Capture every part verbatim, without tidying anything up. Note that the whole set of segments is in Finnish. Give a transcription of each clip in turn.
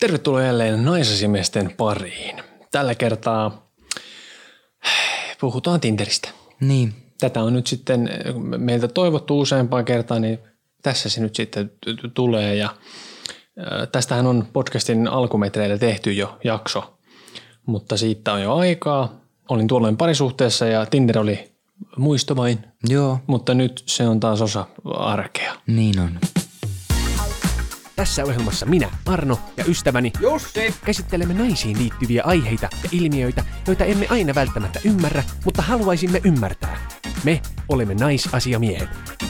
Tervetuloa jälleen naisasiamiesten pariin. Tällä kertaa puhutaan Tinderistä. Niin. Tätä on nyt sitten meiltä toivottu useampaa kertaa, niin tässä se nyt sitten tulee. Ja tästähän on podcastin alkumetreillä tehty jo jakso, mutta siitä on jo aikaa. Olin tuolloin parisuhteessa ja Tinder oli muisto vain. Joo. Mutta nyt se on taas osa arkea. Niin on. Tässä ohjelmassa minä, Arno ja ystäväni Jussi käsittelemme naisiin liittyviä aiheita ja ilmiöitä, joita emme aina välttämättä ymmärrä, mutta haluaisimme ymmärtää. Me olemme naisasiamiehet.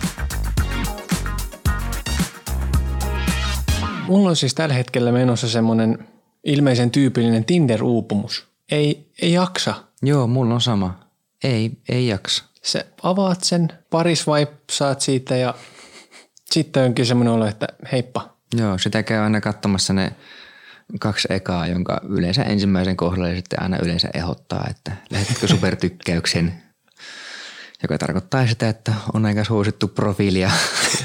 Mulla on siis tällä hetkellä menossa semmoinen ilmeisen tyypillinen Tinder-uupumus. Ei, ei jaksa. Joo, mulla on sama. Ei, ei jaksa. Sä avaat sen, paris saat siitä ja sitten onkin semmoinen olo, että heippa. Joo, sitä käy aina katsomassa ne kaksi ekaa, jonka yleensä ensimmäisen kohdalla sitten aina yleensä ehdottaa, että lähetätkö supertykkäyksen, joka tarkoittaa sitä, että on aika suosittu profiili ja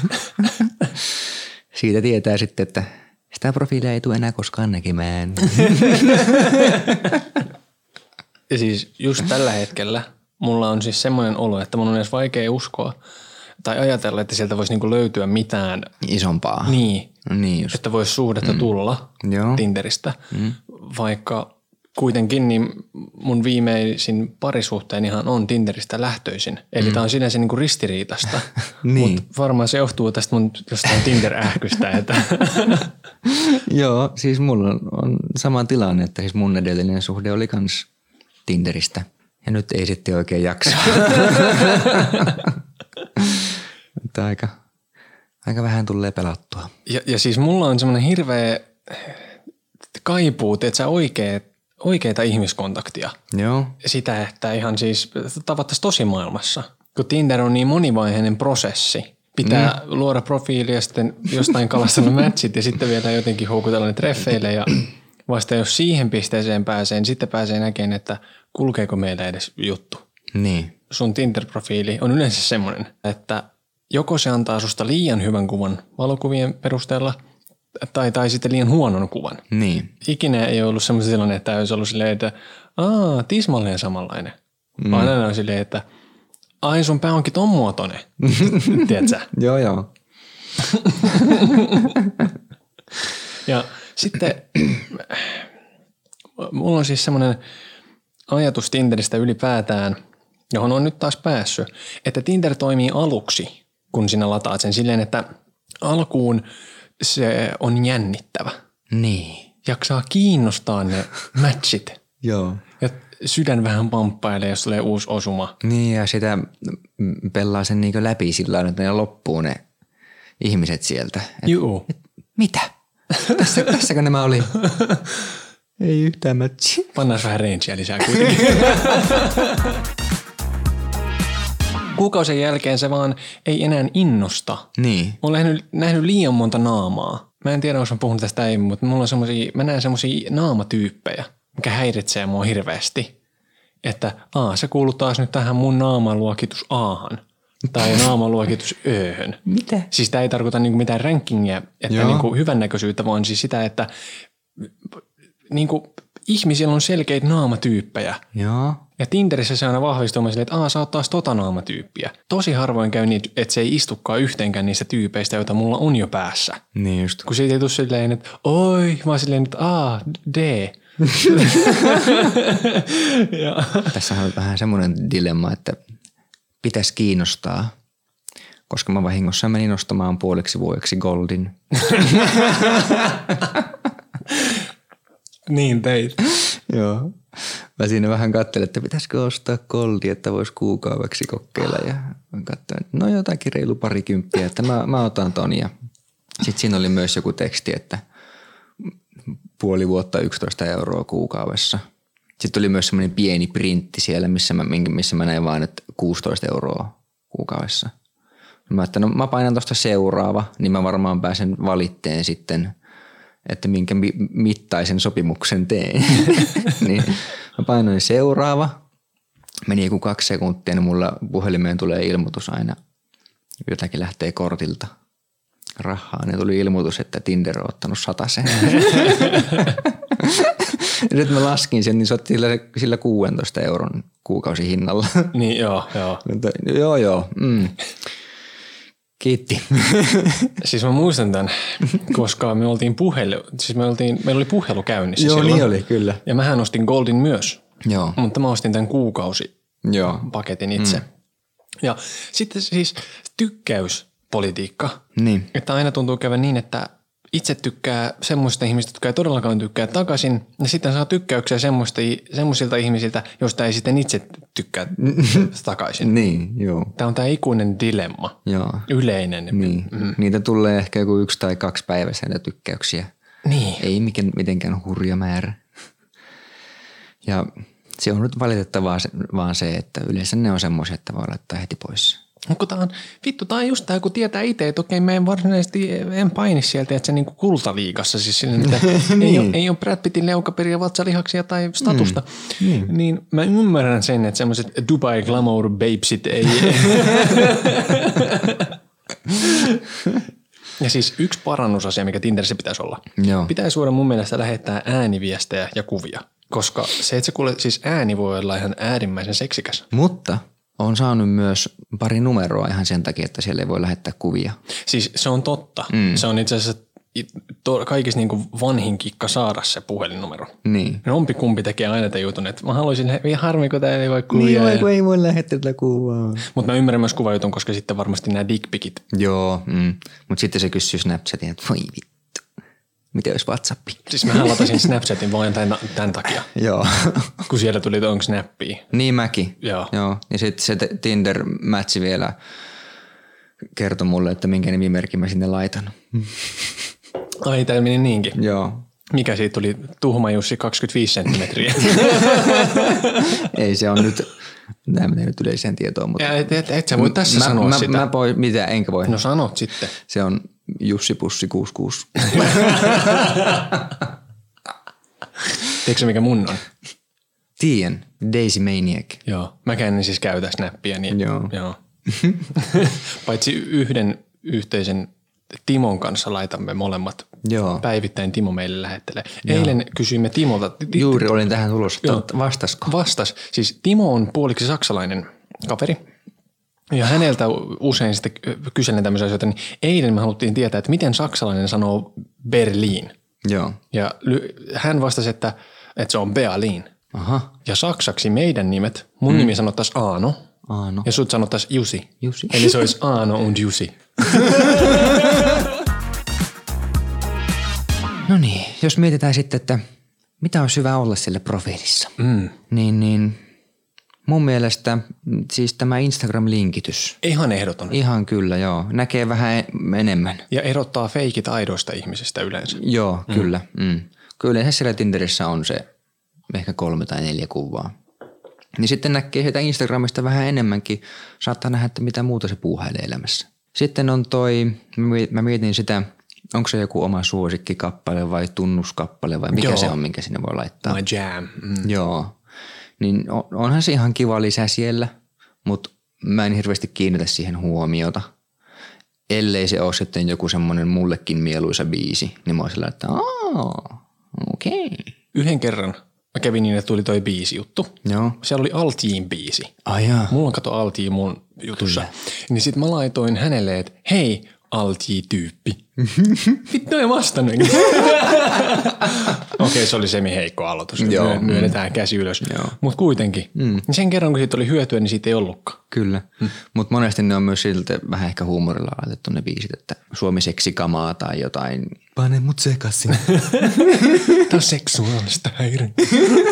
siitä tietää sitten, että sitä profiilia ei tule enää koskaan näkemään. Ja siis just tällä hetkellä mulla on siis semmoinen olo, että mun on edes vaikea uskoa tai ajatella, että sieltä voisi niinku löytyä mitään Isompaa. Niin, niin just. että voisi suhdetta mm. tulla Joo. Tinderistä, Mm. vaikka kuitenkin niin mun viimeisin parisuhteenihan on Tinderistä lähtöisin. Eli mm. tää on sinänsä niinku ristiriitasta, niin. mutta varmaan se johtuu tästä mun jostain Tinder-ähkystä. Että Joo, siis mulla on, on sama tilanne, että siis mun edellinen suhde oli kans Tinderistä ja nyt ei sitten oikein jaksa. Mutta aika, aika vähän tulee pelattua. Ja, ja siis mulla on semmoinen hirveä kaipuu, että sä oikea, oikeita ihmiskontaktia. Joo. Sitä, että ihan siis tavattaisiin tosimaailmassa, kun Tinder on niin monivaiheinen prosessi. Pitää mm. luoda profiili ja sitten jostain kalastella matchit ja sitten vielä jotenkin houkutella ne treffeille ja vasta jos siihen pisteeseen pääsee, niin sitten pääsee näkemään, että kulkeeko meillä edes juttu. Niin. Sun Tinder-profiili on yleensä semmoinen, että joko se antaa susta liian hyvän kuvan valokuvien perusteella tai, tai sitten liian huonon kuvan. Niin. Ikinä ei ollut semmoista tilanne, että olisi ollut silleen, että aah, tismalleen samanlainen. Mm. Vaan aina on silleen, että ai sun pää onkin ton muotoinen. Tiedätkö? Joo, joo. Ja sitten mulla on siis semmoinen ajatus Tinderistä ylipäätään, johon on nyt taas päässyt, että Tinder toimii aluksi, kun sinä lataat sen silleen, että alkuun se on jännittävä. Niin. Jaksaa kiinnostaa ne matchit. Joo. Ja sydän vähän pamppailee, jos tulee uusi osuma. Niin ja sitä pelaa sen niin läpi sillä tavalla, että ne loppuu ne ihmiset sieltä. Et, Juu. Et, mitä? Tässä, tässäkö nämä oli? Ei yhtään matchia. Pannaan vähän rangea lisää kuitenkin. Kuukausien jälkeen se vaan ei enää innosta. Niin. Mä oon nähnyt, nähnyt liian monta naamaa. Mä en tiedä, jos mä puhun tästä ei, mutta mulla on semmosia, mä näen semmosia naamatyyppejä, mikä häiritsee mua hirveästi. Että aa, se kuuluu taas nyt tähän mun naamaluokitus Ahan. Tai naamaluokitus Öhön. Mitä? Siis tää ei tarkoita niinku mitään rankingia, että niinku hyvännäköisyyttä, vaan siis sitä, että niinku ihmisillä on selkeitä naamatyyppejä. Joo. Ja Tinderissä se aina vahvistuu sille, että aah, sä oot taas tota naamatyyppiä. Tosi harvoin käy niin, että se ei istukaan yhteenkään niistä tyypeistä, joita mulla on jo päässä. Niin just. Kun siitä ei tule silleen, että oi, mä oon silleen, että aah, D. Tässä on vähän semmoinen dilemma, että pitäisi kiinnostaa, koska mä vahingossa menin ostamaan puoliksi vuodeksi Goldin. Niin teit. Joo. Mä siinä vähän katselin, että pitäisikö ostaa Goldi, että voisi kuukaudeksi kokeilla. Ja mä katsoin, no jotakin reilu parikymppiä, että mä, mä otan ton. Ja sitten siinä oli myös joku teksti, että puoli vuotta yksitoista euroa kuukaudessa. Sitten oli myös semmoinen pieni printti siellä, missä mä, missä mä näin vaan, että kuusitoista euroa kuukaudessa. Mä että no mä painan tuosta seuraava, niin mä varmaan pääsen valitteen sitten, että minkä mi- mittaisen sopimuksen teen. Niin mä painoin seuraava. Meni joku kaksi sekuntia, niin mulla puhelimeen tulee ilmoitus aina. Jotakin lähtee kortilta. rahaa, niin tuli ilmoitus, että Tinder on ottanut satasen. Nyt mä laskin sen, niin se otti sillä, sillä kuusitoista euron kuukausihinnalla. Niin joo, joo. joo, joo. Mm. Kiitti. Siis mä muistan tämän, koska me oltiin puhelu, siis me oltiin, meillä oli puhelu käynnissä joo, silloin. Niin oli, kyllä. Ja mähän ostin Goldin myös. Joo. Mutta mä ostin tämän kuukausipaketin itse. Mm. Ja sitten siis tykkäyspolitiikka. Niin. Että aina tuntuu käydä niin, että itse tykkää semmoista ihmistä, jotka ei todellakaan tykkää takaisin. Ja sitten saa tykkäyksiä semmoisilta ihmisiltä, joista ei sitten itse tykkää takaisin. Niin, joo. Tämä on tämä ikuinen dilemma. Joo. Yleinen. Niin. Mm. Niitä tulee ehkä joku yksi tai kaksi päivässä näitä tykkäyksiä. Niin. Ei mikään, mitenkään hurja määrä. Ja se on nyt valitettavaa vaan se, että yleensä ne on semmoisia, että voi laittaa heti pois. Mutta tämä on, vittu, tämä on just tämä, kun tietää itse, että okei, mä en varsinaisesti en paini sieltä, että se niinku kultaliigassa, siis sillä, että niin. ei, ole, ei ole Brad Pittin leukaperiä, vatsalihaksia tai statusta, mm. niin. niin mä ymmärrän sen, että semmoiset Dubai Glamour babesit ei... Ja siis yksi parannusasia, mikä Tinderissä pitäisi olla. Joo. Pitäisi voida mun mielestä lähettää ääniviestejä ja kuvia, koska se, että se kuule, siis ääni voi olla ihan äärimmäisen seksikäs. Mutta on saanut myös pari numeroa ihan sen takia, että siellä ei voi lähettää kuvia. Siis se on totta. Mm. Se on itse asiassa to, kaikista niin kuin vanhin kikka saada se puhelinnumero. Niin. Rompikumpi tekee aina tämän jutun, että mä haluaisin, vielä harmi, kun tää ei voi kuvia. Niin vai, kun ei voi lähettää tätä kuvaa. Mutta mä ymmärrän myös kuvajutun, koska sitten varmasti nämä dickpikit. Joo, mm. mutta sitten se kysyy Snapchatin, että voi vittu. Miten olisi WhatsApp? Siis mähän latasin Snapchatin vain tämän, tämän takia. Joo. Kun siellä tuli onko Snappia. Niin mäkin. Joo. Joo. Ja sitten se Tinder-matchi vielä kertoi mulle, että minkä nimimerkin mä sinne laitan. Ai, täällä meni niinkin. Joo. Mikä siitä tuli? Tuhma Jussi kaksikymmentäviisi senttimetriä. Ei se on nyt, nämä menee nyt yleiseen tietoon. Mutta et, et, et sä voi tässä mä, sanoa mä, sitä. Mä voi, mitä, enkä voi. No sanot sitten. Se on Jussi Pussi kuusikymmentäkuusi. Tiedätkö mikä mun on? Tien, Daisy Maniac. Joo, mäkään en siis käytä Snappia. Niin, joo. joo. Paitsi yhden yhteisen Timon kanssa laitamme molemmat. Joo. Päivittäin Timo meille lähettelee. Eilen joo. kysyimme Timolta. Juuri olin tähän tulossa. Vastasko? Vastas. Siis Timo on puoliksi saksalainen kaveri. Ja häneltä usein sitten kyselen tämmöisiä asioita, niin eilen me haluttiin tietää, että miten saksalainen sanoo Berliin. Joo. Ja hän vastasi, että, että se on Berlin. Aha. Ja saksaksi meidän nimet, mun mm. nimi sanottaisiin Aano. Aano. Ja sut sanottaisiin Jusi. Jusi. Eli se olisi Aano und Jusi. No niin, jos mietitään sitten, että mitä olisi hyvä olla sillä profiilissa, mm. niin, niin mun mielestä siis tämä Instagram-linkitys. Ihan ehdoton. Ihan kyllä, joo. Näkee vähän enemmän. Ja erottaa feikit aidoista ihmisistä yleensä. Joo, mm. kyllä. Mm. Kyllä yleensä siellä Tinderissä on se ehkä kolme tai neljä kuvaa. Niin sitten näkee sitä Instagramista vähän enemmänkin. Saattaa nähdä, että mitä muuta se puuhailee elämässä. Sitten on toi, mä mietin sitä, onko se joku oma suosikkikappale vai tunnuskappale vai mikä Joo. se on, minkä sinne voi laittaa. My jam. Mm. Joo. Niin onhan se ihan kiva lisä siellä, mutta mä en hirveästi kiinnitä siihen huomiota. Ellei se ole sitten joku semmoinen mullekin mieluisa biisi, niin mä oon sillä, että aah, okei. Okay. Yhden kerran mä kävin niin, että tuli toi biisi juttu. Joo. Siellä oli Altiin biisi. Ai jaa. Mulla on kato Altiin mun jutussa. Kyllä. Niin sit mä laitoin hänelle, että hei Altii-tyyppi. Vittu ei vastannut. Okei, se oli semi-heikko aloitus. Joo. Myönnetään käsi ylös. Mutta kuitenkin. Mm. Sen kerran, kun siitä oli hyötyä, niin siitä ei ollutkaan. Kyllä. Mm. Mutta monesti ne on myös siltä vähän ehkä huumorilla laitettu ne biisit, että Suomi seksikamaa tai jotain. Pane mut sekaisin. Tämä on seksuaalista häirintää.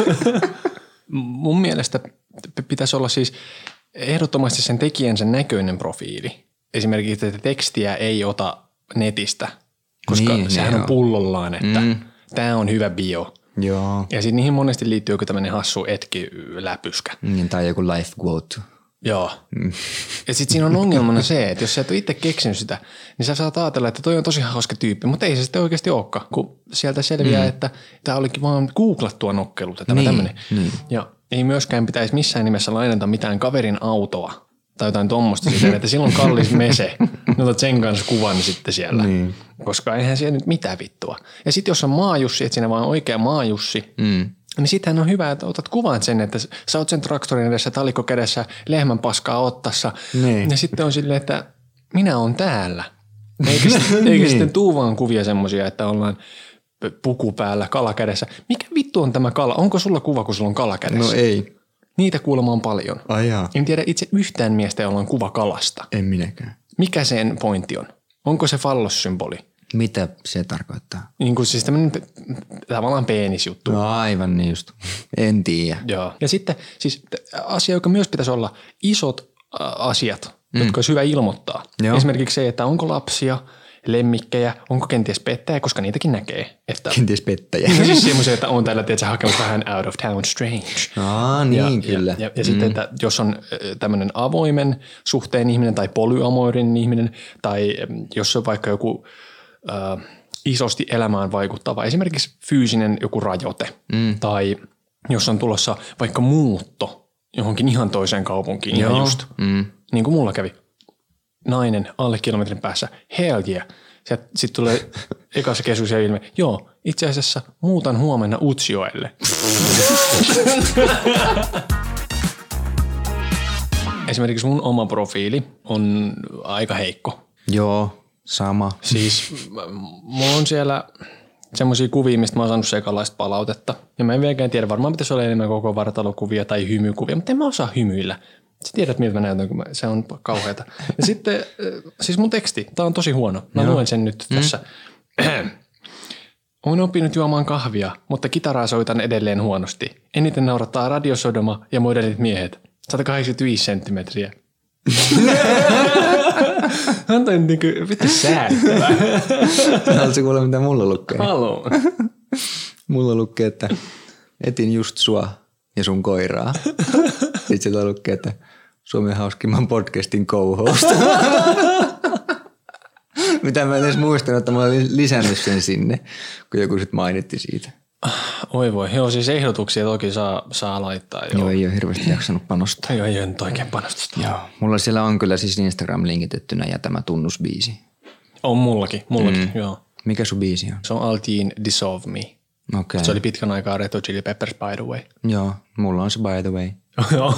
Mun mielestä pitäisi olla siis ehdottomasti sen tekijänsä näköinen profiili. Esimerkiksi, että tekstiä ei ota netistä, koska niin, sehän on pullollaan, että mm. tämä on hyvä bio. Joo. Ja sitten niihin monesti liittyy joku tämmöinen hassu etki-läpyskä. Niin, tai joku life quote. Joo. Mm. Ja sitten siinä on ongelmana se, että jos sä et ole itse keksinyt sitä, niin sä saat ajatella, että toi on tosi hauska tyyppi, mutta ei se sitten oikeasti olekaan, kun sieltä selviää, mm. että tämä olikin vaan googlattua nokkeluutta, tämä niin, tämmöinen. Niin. Ja ei myöskään pitäisi missään nimessä lainata mitään kaverin autoa tai jotain tommoista siten, että silloin kallis mese. Ne otat sen kanssa kuvan sitten siellä, niin. Koska eihän siellä nyt mitään vittua. Ja sitten jos on maajussi, että siinä vaan oikea maajussi, mm. niin sittenhän on hyvä, että otat kuvan sen, että sä oot sen traktorin edessä, talikko kädessä, lehmän paskaa ottassa. Niin. Ja sitten on silleen, että minä oon täällä. Eikä, eikä niin. Sitten tuu vaan kuvia semmoisia, että ollaan puku päällä, kala kädessä. Mikä vittu on tämä kala? Onko sulla kuva, kun sulla on kala kädessä? No ei. Niitä kuulemma on paljon. Ai jaa. En tiedä itse yhtään miestä, jolla on kuva kalasta. En minäkään. Mikä sen pointti on? Onko se fallossymboli? Mitä se tarkoittaa? Niin kuin siis tämmöinen tavallaan peenisjuttu. No aivan niin just. En tiedä. Joo. Ja sitten siis asia, joka myös pitäisi olla isot asiat, mm. jotka olisi hyvä ilmoittaa. Joo. Esimerkiksi se, että onko lapsia, lemmikkejä, onko kenties pettäjä, koska niitäkin näkee. Että kenties pettäjä. No siis semmoisia, että on täällä tietysti hakemassa vähän out of town strange. Aa, niin ja, kyllä. Ja, ja, ja mm. sitten, että jos on tämmöinen avoimen suhteen ihminen tai polyamorin ihminen tai jos on vaikka joku äh, isosti elämään vaikuttava, esimerkiksi fyysinen joku rajoite mm. tai jos on tulossa vaikka muutto johonkin ihan toiseen kaupunkiin Joo. ihan just, mm. niin kuin mulla kävi. Nainen alle kilometrin päässä, hell yeah. Sitten tulee ekassa kesuisia ilme, joo, itse asiassa muutan huomenna Utsjoelle. Esimerkiksi mun oma profiili on aika heikko. Joo, sama. Siis mulla on siellä semmoisia kuvia, mistä mä oon saanut sekalaista palautetta. Ja mä en vieläkään tiedä, varmaan pitäisi olla enemmän koko vartalokuvia tai hymykuvia, mutta en mä osaa hymyillä. Sä tiedät, miltä mä näytän, kun mä, se on kauheata. Ja sitten, siis mun teksti, tää on tosi huono. Mä Joo. luen sen nyt mm. tässä. Olen oppinut juomaan kahvia, mutta kitaraa soitan edelleen huonosti. Eniten naurattaa radiosodoma ja modernit miehet. sata kahdeksankymmentäviisi senttimetriä. Hän toi niinku vittu säättävä. Haluatko kuulla, mitä mulla lukee? Haluan. Mulla lukee, että etin just sua ja sun koiraa. Sitten sieltä lukee, että Suomen hauskimman podcastin co-host. Mitä mä en edes muistanut, että mä olin lisännyt sen sinne, kun joku sitten mainitti siitä. Oi voi, joo siis ehdotuksia toki saa, saa laittaa. Joo. joo, ei ole hirveästi jaksanut panostaa. Joo, ei ole nyt oikein panostusta. Joo, mulla siellä on kyllä siis Instagram linkitettynä ja tämä tunnusbiisi. On mullakin, mullakin, mm. joo. Mikä sun biisi on? Se on Altiin Dissolve Me. Okay. Se oli pitkän aikaa Red Hot Chili Peppers, by the way. Joo, mulla on se by the way. Joo.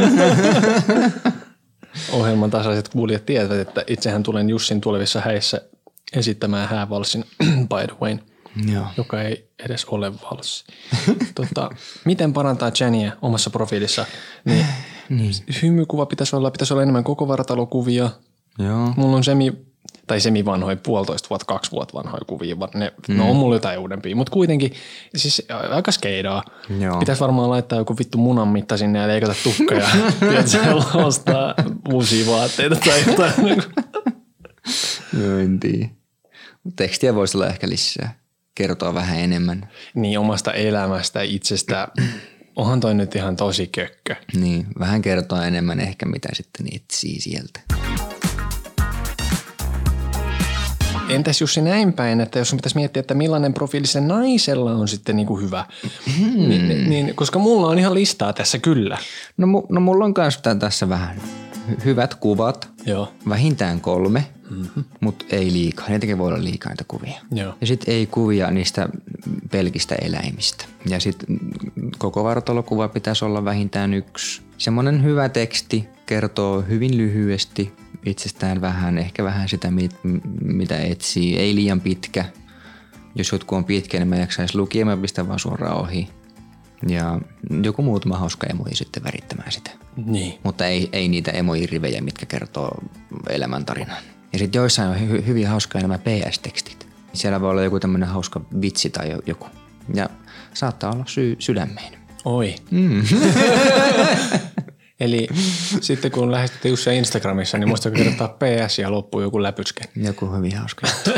Ohjelman tasaiset kuulijat tietävät, että itsehän tulen Jussin tulevissa häissä esittämään häävalssin by the way, Joo. joka ei edes ole valssi. tota, miten parantaa Jania omassa profiilissa? Niin, niin. Hymykuva pitäisi olla, pitäisi olla enemmän koko vartalokuvia. Joo. Mulla on semi, tai semi vanhoja, puolitoista vuotta, kaksi vuotta vanhoja kuvia. Ne, mm. no on mulla jotain uudempia, mutta kuitenkin siis aika skeidaa. Joo. Pitäisi varmaan laittaa joku vittu munan mitta sinne ja leikata tukka ja ostaa uusia vaatteita tai jotain. Joo, en tiedä. Tekstiä voisi olla ehkä lisää. Kertoa vähän enemmän. Niin, omasta elämästä, itsestä. Onhan toi nyt ihan tosi kökkö. Niin, vähän kertoa enemmän ehkä mitä sitten etsii sieltä. Entäs Jussi näin päin, että jos sun pitäisi miettiä, että millainen profiili se naisella on sitten niin kuin hyvä, hmm. niin, niin, koska mulla on ihan listaa tässä kyllä. No, no mulla on myös tässä vähän hyvät kuvat, Joo. vähintään kolme, mm-hmm. mutta ei liikaa. Niitäkin voi olla liikaa niitä kuvia. Joo. Ja sitten ei kuvia niistä pelkistä eläimistä. Ja sitten koko vartalokuva pitäisi olla vähintään yksi. Semmoinen hyvä teksti kertoo hyvin lyhyesti itsestään vähän, ehkä vähän sitä, mitä etsii. Ei liian pitkä. Jos jotkut on pitkä, niin mä jaksaisi lukia, mä pistän vaan suoraan ohi. Ja joku muutama hauska emoji sitten värittämään sitä. Niin. Mutta ei, ei niitä emoji-rivejä, mitkä kertoo elämäntarinan. Ja sitten joissain on hy- hyvin hauskaa nämä P S-tekstit. Siellä voi olla joku tämmöinen hauska vitsi tai joku. Ja saattaa olla sy- sydämeen. Oi. Mm. Eli sitten kun lähestytte Jussia Instagramissa, niin muistatko kirjoittaa P S ja loppuu joku läpysken. Joku hyvin hauska juttu.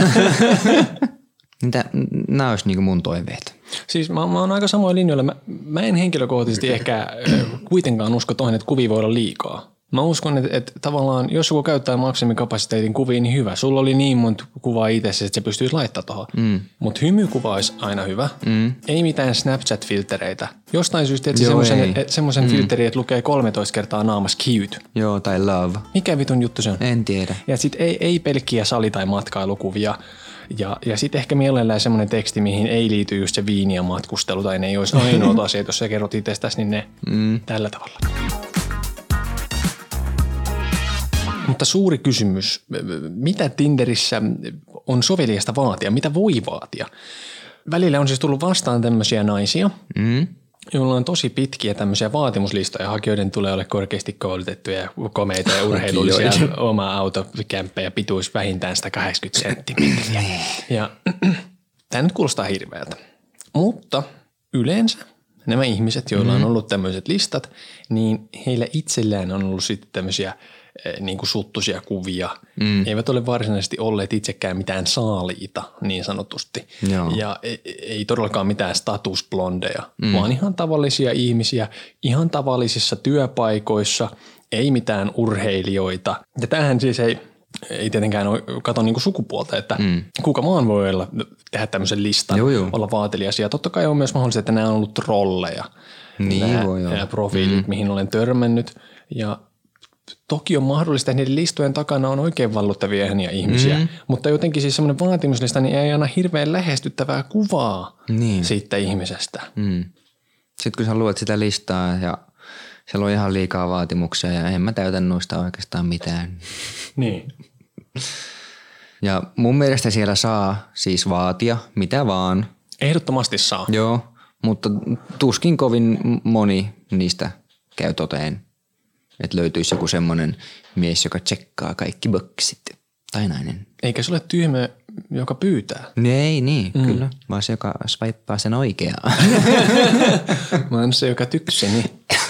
Nämä olisi niinku mun toiveet. Siis mä, mä oon aika samoin linjoilla. Mä, mä en henkilökohtaisesti ehkä kuitenkaan usko toihin, että kuvia voi olla liikaa. Mä uskon, että, että tavallaan jos joku käyttää maksimikapasiteetin kuvia, niin hyvä. Sulla oli niin monta kuvaa itsessä, että se pystyisi laittamaan tuohon. Mm. Mutta hymykuva olisi aina hyvä. Mm. Ei mitään Snapchat-filtereitä. Jostain syystä, että semmoisen mm. filterin, että lukee kolmetoista kertaa naamas cute. Joo, tai love. Mikä vitun juttu se on? En tiedä. Ja sit ei, ei pelkkiä sali- tai matkailukuvia. Ja, ja sitten ehkä mielellään semmoinen teksti, mihin ei liity just se viini ja matkustelu, tai ne ei olisi ainoat asiat, jos sä kerrot itsestäsi, niin ne mm. tällä tavalla. Mutta suuri kysymys, mitä Tinderissä on soveliasta vaatia, mitä voi vaatia? Välillä on siis tullut vastaan tämmöisiä naisia, mm. joilla on tosi pitkiä tämmöisiä vaatimuslistoja. Hakijoiden tulee olla korkeasti koulutettuja, komeita ja urheilullisia, oma auto, kämppä ja pituus vähintään sata kahdeksankymmentä senttimetriä. Ja tämä nyt kuulostaa hirveältä, mutta yleensä nämä ihmiset, joilla on ollut tämmöiset listat, niin heillä itsellään on ollut sitten tämmöisiä niin kuin suttuisia kuvia. Mm. Eivät ole varsinaisesti olleet itsekään mitään saaliita niin sanotusti. Joo. Ja ei, ei todellakaan mitään statusblondeja, mm. vaan ihan tavallisia ihmisiä, ihan tavallisissa työpaikoissa, ei mitään urheilijoita. Ja tämähän siis ei, ei tietenkään ole, kato niin kuin sukupuolta, että mm. kuka maan voi olla, tehdä tämmöisen listan, joo, joo. olla vaatelias. Ja totta kai on myös mahdollista, että nämä on ollut trolleja. Niin nämä, voi nämä profiilit, mm. mihin olen törmännyt. Ja toki on mahdollista, että niiden listojen takana on oikein valluttavia ihania ihmisiä, mm. mutta jotenkin siis semmoinen vaatimuslista niin ei anna hirveän lähestyttävää kuvaa niin. siitä ihmisestä. Mm. Sitten kun sä luet sitä listaa ja siellä on ihan liikaa vaatimuksia ja en mä täytä noista oikeastaan mitään. Niin. Ja mun mielestä siellä saa siis vaatia mitä vaan. Ehdottomasti saa. Joo, mutta tuskin kovin moni niistä käy toteen. Että löytyisi joku semmoinen mies, joka tsekkaa kaikki boksit. Tai nainen. Eikä se ole tyhmä, joka pyytää. Ei niin, mm. kyllä. Vaan se, joka swipea sen oikeaa. Mä oon se, joka tykseni.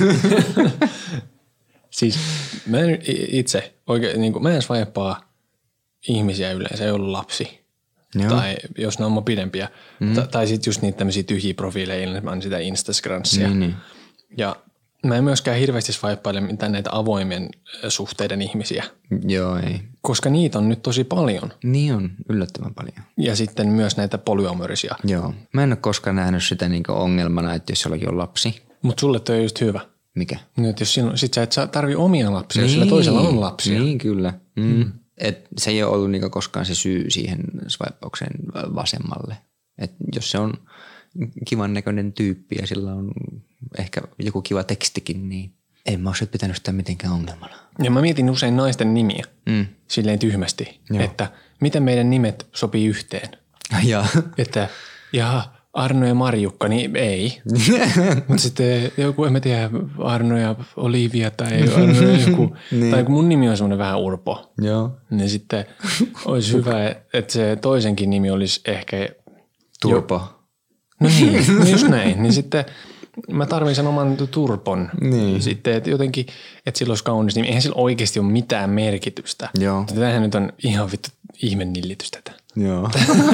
Siis mä en itse oikein, niin kuin, mä en swipea ihmisiä yleensä, ei ollut lapsi. Joo. Tai jos ne on pidempiä. Mm. Ta- tai sitten just niitä tämmöisiä tyhjiä profiileja, mä oon sitä Instagramsia. Niin, niin. Ja mä en myöskään hirveästi swipeile mitään näitä avoimien suhteiden ihmisiä. Joo, ei. Koska niitä on nyt tosi paljon. Niin on, yllättävän paljon. Ja sitten myös näitä polyamorisia. Joo. Mä en ole koskaan nähnyt sitä niinku ongelmana, että jos jollakin on lapsi. Mutta sulle toi on just hyvä. Mikä? No, että jos sinun, sit sä et tarvii omia lapsia, niin. jos sillä toisella on lapsia. Niin, kyllä. Mm. Mm. Et se ei ole ollut niinku koskaan se syy siihen swipaukseen vasemmalle. Et jos se on kivan näköinen tyyppi ja sillä on ehkä joku kiva tekstikin, niin en mä olisi pitänyt sitä mitenkään ongelmana. Ja mä mietin usein naisten nimiä mm. silleen tyhmästi, joo. että miten meidän nimet sopii yhteen. Ja. Että jaha, Arno ja Marjukka, niin ei. Mutta sitten joku, en mä tiedä, Arno ja Olivia tai Arno ja joku, niin. tai kun mun nimi on semmoinen vähän urpo, joo. niin sitten olisi hyvä, että se toisenkin nimi olisi ehkä Turpo. Jo, no niin, just näin. Niin sitten mä tarvin sen oman turpon. Niin. Sitten että jotenkin, että sillä olisi kaunis nimi. Eihän sillä oikeasti ole mitään merkitystä. Joo. Tämähän nyt on ihan vittu ihmennillitys tätä. Joo.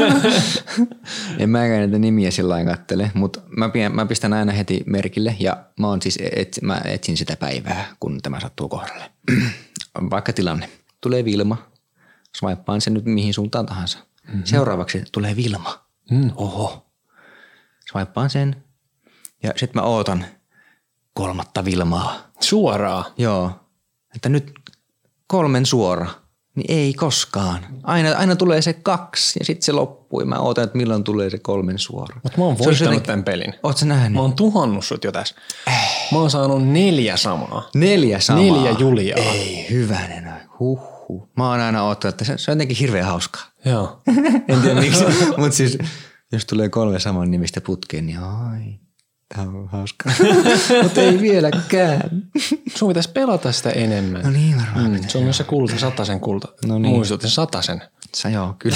En mäkään näitä nimiä sillä lailla kattele, mutta mä, mä pistän aina heti merkille ja mä, on siis et, mä etsin sitä päivää, kun tämä sattuu kohdalle. Vaikka tilanne. Tulee Vilma. Swipaan sen nyt mihin suuntaan tahansa. Mm-hmm. Seuraavaksi tulee Vilma. Mm. Oho. Swipaan sen ja sitten mä ootan kolmatta Vilmaa. Suoraa? Joo. Että nyt kolmen suora. Niin ei koskaan. Aina, aina tulee se kaksi ja sitten se loppuu. Mä ootan, että milloin tulee se kolmen suora. Mutta mä oon voittanut joten... tämän pelin. Oot sä nähnyt? Mä oon tuhannut sut jo tässä. Äh. Mä oon saanut neljä samaa. Neljä samaa? Neljä Juliaa. Ei, hyvänen. Huhhuh. Mä oon aina oottanut, että se, se on jotenkin hirveän hauskaa. Joo. En tiedä miksi. Mutta siis jos tulee kolme saman nimistä putkeen, niin ai, tää on hauskaa. Mutta ei vieläkään. Sun pitäisi pelata sitä enemmän. No niin varmaan. Mm, se on myös se kulta, satasen kulta. No niin. Muistutin satasen. Sä joo, kyllä.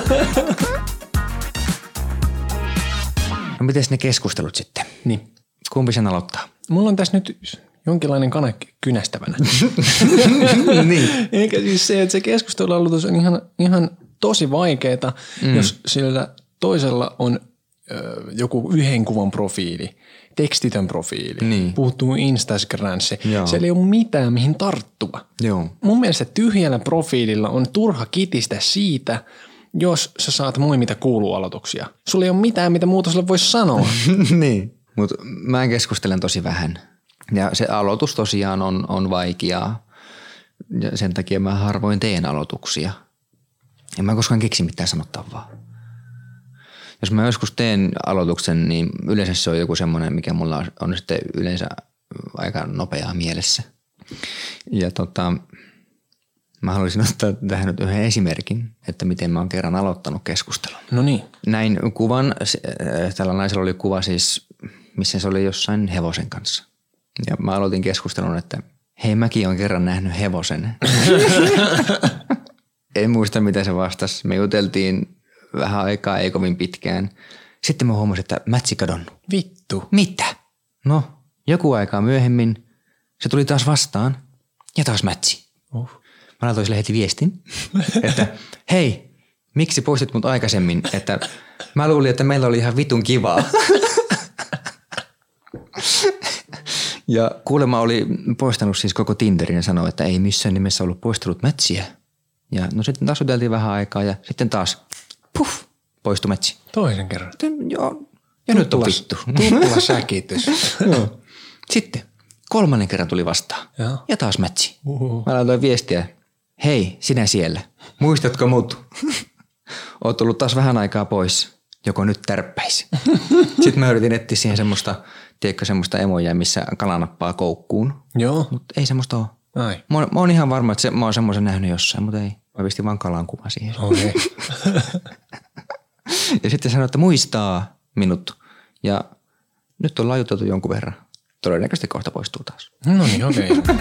No mites ne keskustelut sitten? Niin. Kumpi sen aloittaa? Mulla on tässä nyt jonkinlainen kana kynästävänä. Niin. Eikä siis se, että se keskustelualoitus on ihan, ihan tosi vaikeeta, mm. jos sillä toisella on ö, joku yhden kuvan profiili, tekstitön profiili, Niin. puuttuu Instagramsi. Joo. Siellä ei ole mitään mihin tarttua. Joo. Mun mielestä tyhjällä profiililla on turha kitistä siitä, jos sä saat moi mitä kuuluu aloituksia. Sulla ei ole mitään, mitä muuta sulle voisi sanoa. Niin. Mutta mä keskustelen tosi vähän. Ja se aloitus tosiaan on, on vaikeaa. Ja sen takia mä harvoin teen aloituksia. En mä koskaan keksi mitään sanottavaa. Jos mä joskus teen aloituksen, niin yleensä se on joku semmoinen, mikä mulla on, on sitten yleensä aika nopeaa mielessä. Ja tota, mä haluaisin ottaa tähän nyt yhden esimerkin, että miten mä oon kerran aloittanut keskustelun. No niin. Näin kuvan, tällä naisella oli kuva siis, missä se oli jossain hevosen kanssa. Ja mä aloitin keskustelun, että hei, mäkin oon kerran nähnyt hevosen. En muista, mitä se vastasi. Me juteltiin vähän aikaa, ei kovin pitkään. Sitten mä huomasin, että mätsi kadonnut. Vittu. Mitä? No, joku aikaa myöhemmin se tuli taas vastaan ja taas mätsi. Uh. Mä laitoin sille heti viestin, että hei, miksi poistit mut aikaisemmin? Että mä luulin, että meillä oli ihan vitun kivaa. Ja kuulemma oli poistanut siis koko Tinderin ja sanoi, että ei missään nimessä ollut poistanut mätsiä. Ja no sitten taas juteltiin vähän aikaa ja sitten taas puff, poistui mätsi. Toisen kerran. Sitten, joo, ja nyt on vittu. Tuppula säkitys. Joo. Sitten kolmannen kerran tuli vastaan. Joo. Ja taas mätsi. Uhuhu. Mä laitoin viestiä. Hei, sinä siellä. Muistatko mut? Oot tullut taas vähän aikaa pois. Joko nyt tärppäisi. Sitten mä yritin etsiä siihen semmoista, tiedätkö, semmoista emoja, missä kala nappaa koukkuun. Joo. Mutta ei semmoista ole. Ai. Mä oon, mä oon ihan varma, että se, mä oon semmoisen nähnyt jossain, mutta ei. Mä pistin vaan kalan kuva siihen. Okei. Okay. Ja sitten sanoi, että muistaa minut. Ja nyt ollaan juteltu jonkun verran. Todennäköisesti kohta poistuu taas. No niin, okei. Okay.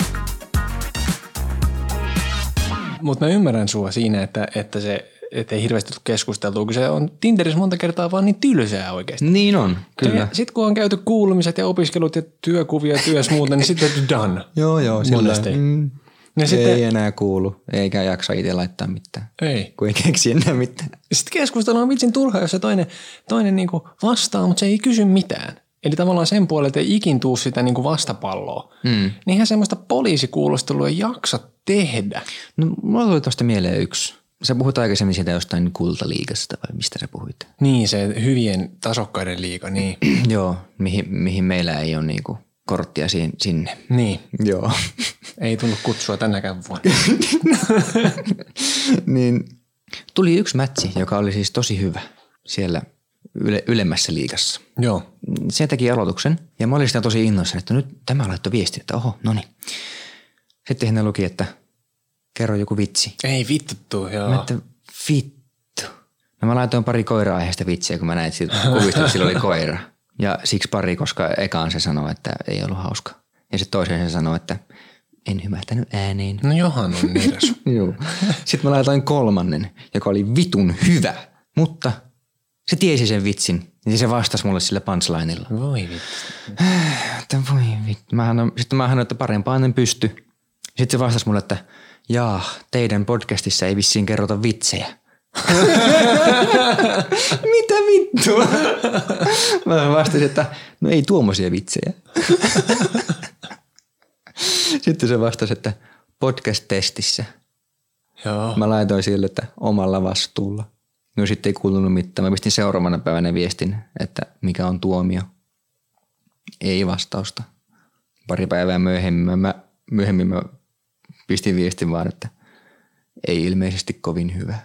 Mutta mä ymmärrän sua siinä, että, että se että ei hirveästi tule keskusteltua, kun se on Tinderissä monta kertaa vaan niin tylsää oikeasti. Niin on, kyllä. Sitten kun on käyty kuulumiset ja opiskelut ja työkuvia ja työs muuta, niin sitten done. Joo, joo. Monesti. Mm, Ja ei sitten, enää kuulu, eikä jaksa itse laittaa mitään, ei. kun ei keksi enää mitään. Sitten keskustelu on vitsin turha, jos se toinen, toinen niinku vastaa, mutta se ei kysy mitään. Eli tavallaan sen puolelta ei ikin tuu sitä niinku vastapalloa. Mm. Niinhän semmoista poliisikuulostelua ei jaksa tehdä. No, mulla tuli tuosta mieleen yksi. Sä puhut aikaisemmin siitä jostain kultaliigasta vai mistä sä puhuit? Niin, se hyvien tasokkaiden liiga, niin. Joo, mihin, mihin meillä ei ole niinku korttia sinne. Niin. Joo. Ei tullut kutsua tänäkään vuonna. Niin tuli yksi mätsi, joka oli siis tosi hyvä siellä yle, ylemmässä liigassa. Joo. Se teki aloituksen ja mä olin sitä tosi innoissani, että nyt tämä laittoi viesti, että oho, no niin. Sitten hän luki, että kerro joku vitsi. Ei vittu, joo. Mä että vittu. No mä laitoin pari koira-aiheista vitsiä, kun mä näin siitä kuvista, että sillä oli koira. Ja siksi pari, koska ekaan se sanoi, että ei ollut hauska. Ja sitten toiseen se sanoi, että en hymähtänyt ääneen. No johan on nirsu. Joo. Sitten mä laitoin kolmannen, joka oli vitun hyvä, mutta se tiesi sen vitsin. Niin se vastasi mulle sillä punchlineilla. Voi vittu. Että voi vittu. Mä annan, sitten mä annan, että parempaan en pysty. Sitten se vastasi mulle, että jaa, teidän podcastissa ei vissiin kerrota vitsejä. Mitä vittua? Mä vastasin, että no ei tuommoisia vitsejä. Sitten se vastasi, että podcast-testissä. Joo. Mä laitoin sille, että omalla vastuulla. No sitten ei kuulunut mitään. Mä pistin seuraavana päivänä viestin, että mikä on tuomio. Ei vastausta. Pari päivää myöhemmin mä, myöhemmin mä pistin viestin vaan, että ei ilmeisesti kovin hyvä.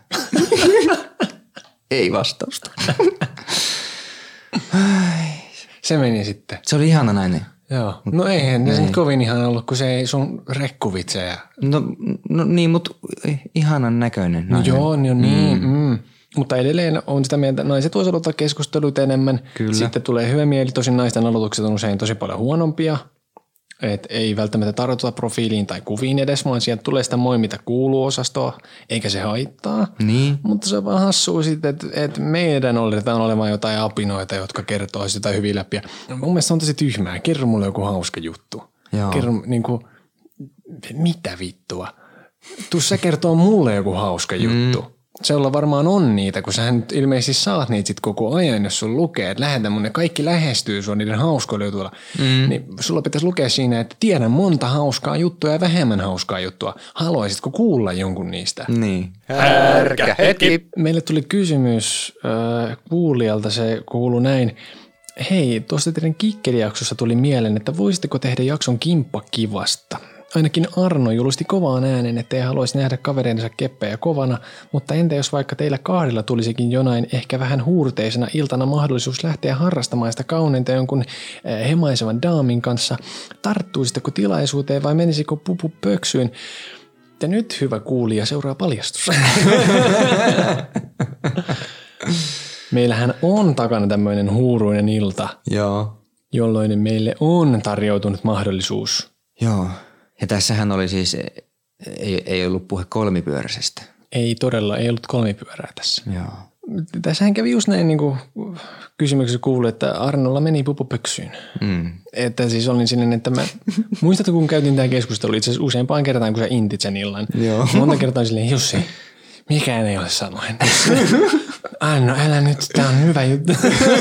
Ei vastausta. Se meni sitten. Se oli ihana nainen. Joo. No eihän ne nyt kovin ihan ollut, kun se ei sun rekkuvitsejä. No, no niin, mutta ihanan näköinen nainen. No joo, no niin. Mm. Mm. Mutta edelleen on sitä mieltä, naiset voisi aloittaa keskusteluita enemmän. Kyllä. Sitten tulee hyvä mieli. Tosin naisten aloitukset on usein tosi paljon huonompia. Et ei välttämättä tartuta profiiliin tai kuviin edes, vaan sieltä tulee sitä moi mitä kuuluu osastoa, eikä se haittaa. Niin. Mutta se on vaan hassua sitten, että et meidän oletetaan olevan jotain apinoita, jotka kertoo sitä hyvin läpi. Mun mielestä se on tosi tyhmää. Kerro mulle joku hauska juttu. Joo. Kerro niinku, mitä vittua? Tuu sä kertoo mulle joku hauska juttu. Mm. Sulla varmaan on niitä, kun sä nyt ilmeisesti saat niitä sit koko ajan, jos sun lukee, että lähetä mun ne kaikki lähestyy sua niiden hauskoilla jutuilla. Mm. Niin sulla pitäisi lukea siinä, että tiedän monta hauskaa juttua ja vähemmän hauskaa juttua. Haluaisitko kuulla jonkun niistä? Niin. Härkä hetki. Meille tuli kysymys äh, kuulijalta, se kuuluu näin. Hei, tuosta teidän kikkelijaksossa tuli mieleen, että voisitteko tehdä jakson kimppakivasta? Ainakin Arno julisti kovaan äänen, ettei haluaisi nähdä kavereinsa keppejä kovana, mutta entä jos vaikka teillä kahdella tulisikin jonain ehkä vähän huurteisena iltana mahdollisuus lähteä harrastamaan sitä kauneinta jonkun hemaisevan daamin kanssa? Tarttuisitteko tilaisuuteen vai menisikö pupu pöksyyn? Ja nyt hyvä kuulija, seuraa paljastus. Meillähän on takana tämmöinen huuruinen ilta, Joo. jolloin meille on tarjoutunut mahdollisuus. Joo. Ja tässähän oli siis, ei, ei ollut puhe kolmipyöräisestä. Ei todella, ei ollut kolmipyörää tässä. Joo. Tässähän kävi just näin niin kuin kysymyksessä kuului, että Arnolla meni pupupöksyyn. Mm. Että siis olin silleen, että mä, muistatko kun käytiin tämä keskustelu itse asiassa useampaan kertaan, kun sä intit sen illan. Joo. Monta kertaa silleen, Jussi, mikään ei ole sanoen. Arno, älä nyt, tää on hyvä juttu.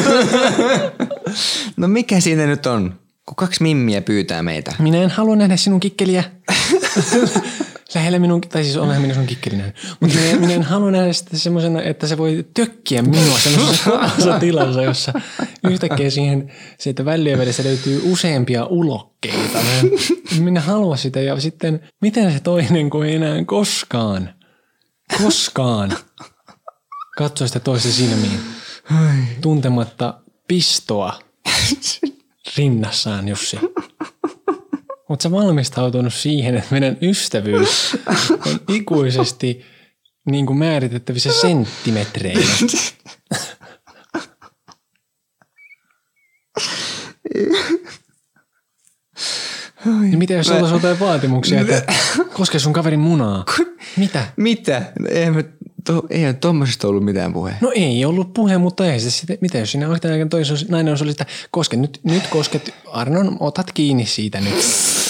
No mikä siinä nyt on? Kun kaksi mimmiä pyytää meitä. Minä en halua nähdä sinun kikkeliä. Lähellä minun, tai siis onhan minä sun kikkelinä. Mutta minä, minä en halua nähdä sitä semmoisena, että se voi tökkiä minua semmoisessa tilassa, jossa yhtäkkiä siihen siitä vällien välissä löytyy useampia ulokkeita. Minä haluan sitä ja sitten miten se toinen kuin ei enää koskaan, koskaan katso sitä toista silmiin tuntematta pistoa rinnassaan, Jussi. Oletko sä valmistautunut siihen, että meidän ystävyys on ikuisesti niin kuin määritettävissä senttimetreillä? Ja mitä jos oltaisiin jotain vaatimuksia, että koske sun kaverin munaa? Mitä? Mitä? Eihän me to, eihän tommosesta ollut mitään puhe. No ei ollut puhe, mutta ei se sitten. Mitä jos siinä oikein toisen nainen olisi, että koske nyt, nyt kosket, Arnon, otat kiinni siitä nyt.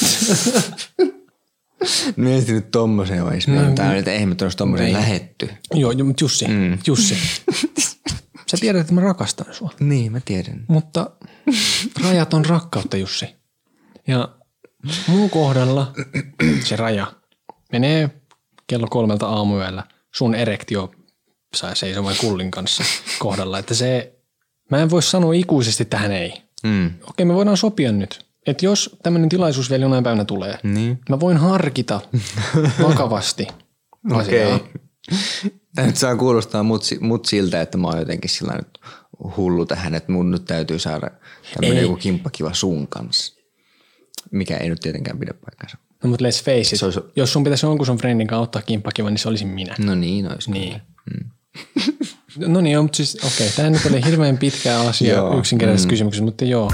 Mielestäni nyt tommoseen olisi mennyt. Tää on, että eihän me olisi tommoseen lähetty. Joo, mutta Jussi, mm. Jussi. Sä tiedät, että mä rakastan sua. Niin, mä tiedän. Mutta rajat on rakkautta, Jussi. Ja mun kohdalla se raja menee kello kolmelta aamuyöllä sun erektio sai seisomaan kullin kanssa kohdalla. Että se, mä en voi sanoa ikuisesti tähän ei. Mm. Okei, me voidaan sopia nyt. Että jos tämmöinen tilaisuus vielä jonain päivänä tulee, niin mä voin harkita vakavasti asiaa. Okei. Tämä nyt saa kuulostaa mut, mut siltä, että mä oon jotenkin sillä nyt hullu tähän, että mun nyt täytyy saada tämmöinen joku kimppakiva sun kanssa. Mikä ei nyt tietenkään pidä paikkansa. No mutta let's face it. Olisi... Jos sun pitäisi jonkun sun friendin kanssa ottaa kimppakiva, niin se olisin minä. No niin, olisi niin. Mm. No niin, mutta siis okei, okay, tämä nyt oli hirveän pitkä asia yksinkertaisessa mm. kysymyksessä, mutta joo.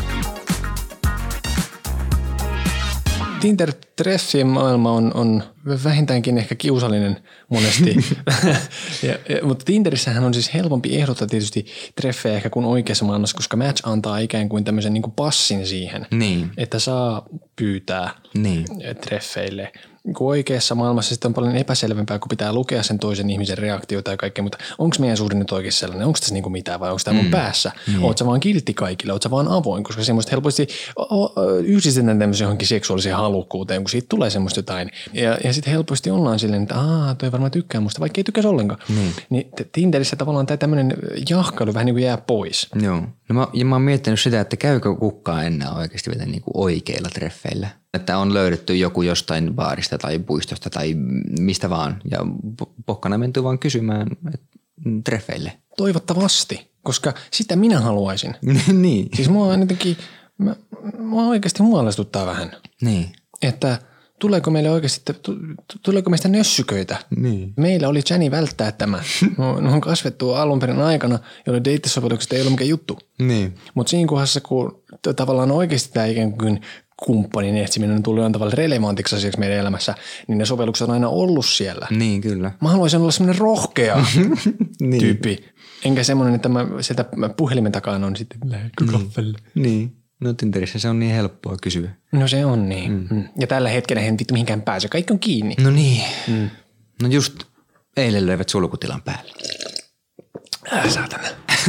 Tinder-treffien maailma on, on vähintäänkin ehkä kiusallinen monesti, ja, ja, mutta Tinderissähän on siis helpompi ehdottaa tietysti treffejä ehkä kuin oikeassa maailmassa, koska Match antaa ikään kuin tämmöisen niin kuin passin siihen, niin. että saa pyytää niin. treffeille. Kun oikeassa maailmassa sitten on paljon epäselvempää, kun pitää lukea sen toisen ihmisen reaktioita ja kaikkea, mutta onko meidän suhde nyt oikein sellainen? Onko tässä niinku mitään vai onko tämä mun mm. päässä? Mm. Oot sä vaan kiltti kaikille? Oot sä vaan avoin? Koska semmoista helposti yhdistetään tämmöisen johonkin seksuaaliseen halukkuuteen, kun siitä tulee semmoista jotain. Ja, ja sitten helposti ollaan silleen, että aah, toi varmaan tykkää musta, vaikka ei tykkäisi ollenkaan. Mm. Niin Tinderissä tavallaan tämä tämmöinen jahkailu vähän niin kuin jää pois. Joo. No mä, ja mä oon miettinyt sitä, että käykö kukaan enää oikeasti vielä niin kuin oikeilla treffeillä. Että on löydetty joku jostain baarista tai puistosta tai mistä vaan ja pokkana menty vaan kysymään treffeille. Toivottavasti, koska sitä minä haluaisin. Niin. Siis mua on jotenkin, mä, mua oikeasti huolestuttaa vähän. Niin. Että tuleeko meille oikeasti, tuleeko meistä nössyköitä? Niin. Meillä oli Jenny välttää tämä. Ne on kasvettu alun perin aikana, jolloin deittisovellukset ei ollut mikään juttu. Niin. Mutta siinä kohdassa, kun tavallaan oikeasti tämä ikään kuin kumppanin etsiminen on tullut jollain tavalla relevantiksi asiaksi meidän elämässä, niin ne sovellukset on aina ollut siellä. Niin, kyllä. Mä haluaisin olla semmoinen rohkea niin. tyyppi. Enkä semmoinen, että mä sieltä puhelimen takaan on sitten lähdekö kaffelle. Niin. No Tinderissä se on niin helppoa kysyä. No se on niin. Mm. Ja tällä hetkellä en vittu mihinkään pääse. Kaikki on kiinni. No niin. Mm. No just eilen löivät sulkutilan päälle. Äh, saatana.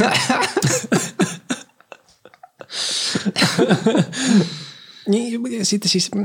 Niin, sitten siis,